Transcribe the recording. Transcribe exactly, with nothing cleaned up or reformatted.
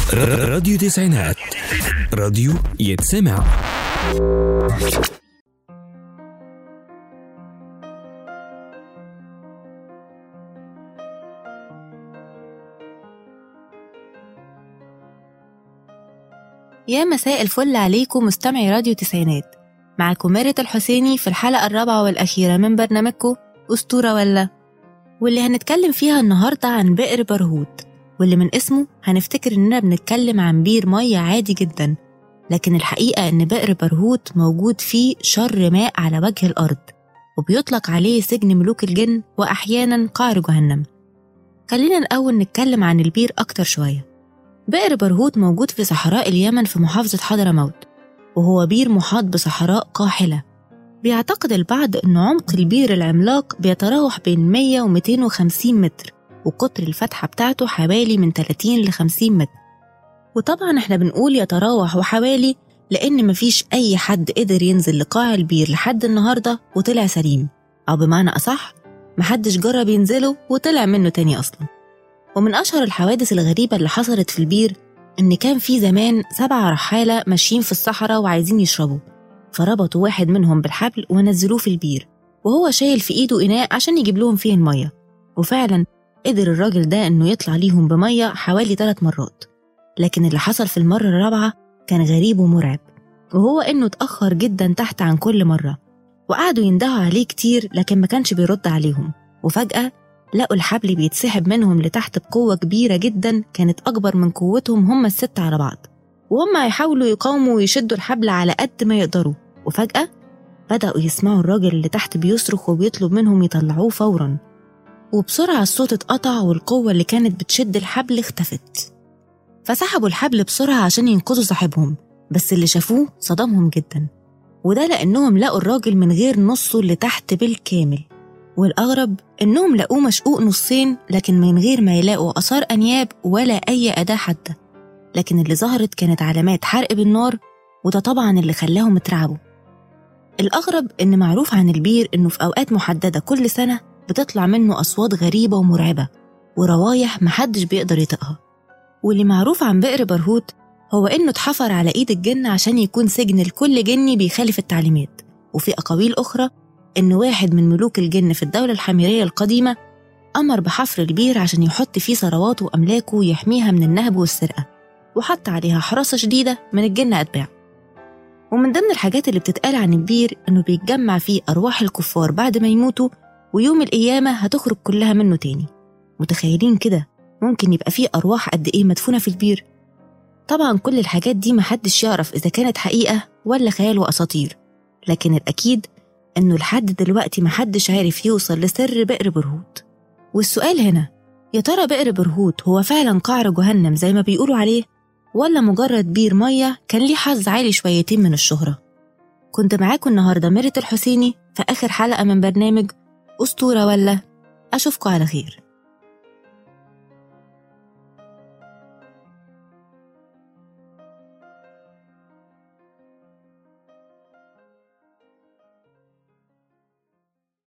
راديو تسعينات، راديو يتسمع. يا مساء الفل عليكم مستمعي راديو تسعينات، معكم ميرة الحسيني في الحلقة الرابعة والأخيرة من برنامجكم أسطورة ولا، واللي هنتكلم فيها النهاردة عن بئر برهوت، واللي من اسمه هنفتكر إننا بنتكلم عن بير مية عادي جدا، لكن الحقيقة إن بئر برهوت موجود فيه شر ماء على وجه الأرض، وبيطلق عليه سجن ملوك الجن وأحيانا قعر جهنم. خلينا الأول نتكلم عن البير أكتر شوية. بئر برهوت موجود في صحراء اليمن في محافظة حضرموت، وهو بير محاط بصحراء قاحلة. بيعتقد البعض أن عمق البير العملاق بيتراوح بين مية و مئتين وخمسين متر، وقطر الفتحة بتاعته حوالي من ثلاثين ل خمسين متر. وطبعا احنا بنقول يتراوح وحوالي لأن مفيش أي حد قدر ينزل لقاع البير لحد النهاردة وطلع سليم، أو بمعنى أصح محدش جرب ينزله وطلع منه تاني أصلا. ومن أشهر الحوادث الغريبة اللي حصلت في البير إن كان في زمان سبع رحالة ماشيين في الصحراء وعايزين يشربوا، فربطوا واحد منهم بالحبل ونزلوه في البير، وهو شايل في إيده إناء عشان يجيب لهم فيه المية. وفعلا قدر الراجل ده إنه يطلع ليهم بمية حوالي ثلاث مرات. لكن اللي حصل في المرة الرابعة كان غريب ومرعب، وهو إنه اتأخر جدا تحت عن كل مرة، وقعدوا يندهوا عليه كتير لكن ما كانش بيرد عليهم. وفجأة لقوا الحبل بيتسحب منهم لتحت بقوة كبيرة جدا، كانت أكبر من قوتهم هم الست على بعض، وهم هيحاولوا يقاوموا ويشدوا الحبل على قد ما يقدروا. وفجأة بدأوا يسمعوا الراجل اللي تحت بيصرخ وبيطلب منهم يطلعوه فورا، وبسرعة الصوت اتقطع والقوة اللي كانت بتشد الحبل اختفت. فسحبوا الحبل بسرعة عشان ينقذوا صاحبهم، بس اللي شافوه صدمهم جدا، وده لأنهم لقوا الراجل من غير نصه اللي تحت بالكامل. والأغرب إنهم لقوه مشقوق نصين، لكن من غير ما يلاقوا أثار أنياب ولا أي أداة حادة، لكن اللي ظهرت كانت علامات حرق بالنار، وده طبعا اللي خلاهم اترعبوا. الأغرب إن معروف عن البير إنه في أوقات محددة كل سنة بتطلع منه أصوات غريبة ومرعبة وروايح محدش بيقدر يطقها. واللي معروف عن بئر برهوت هو إنه اتحفر على إيد الجن عشان يكون سجن لكل جني بيخالف التعليمات. وفي أقاويل أخرى إن واحد من ملوك الجن في الدولة الحميرية القديمة أمر بحفر البير عشان يحط فيه ثرواته وأملاكه ويحميها من النهب والسرقة، وحط عليها حراسة شديدة من الجن أتباع. ومن ضمن الحاجات اللي بتتقال عن البير إنه بيتجمع فيه أرواح الكفار بعد ما يموتوا، ويوم القيامة هتخرج كلها منه تاني. متخيلين كده ممكن يبقى فيه أرواح قد إيه مدفونة في البير؟ طبعا كل الحاجات دي محدش يعرف إذا كانت حقيقة ولا خيال وأساطير، لكن الأكيد إنه لحد دلوقتي محدش عارف يوصل لسر بئر برهوت. والسؤال هنا، يا ترى بئر برهوت هو فعلا قعر جهنم زي ما بيقولوا عليه، ولا مجرد بير مية كان ليه حظ عالي شويتين من الشهرة؟ كنت معاكم النهاردة ميرة الحسيني في آخر حلقة من برنامج أسطورة ولا. أشوفكم على خير.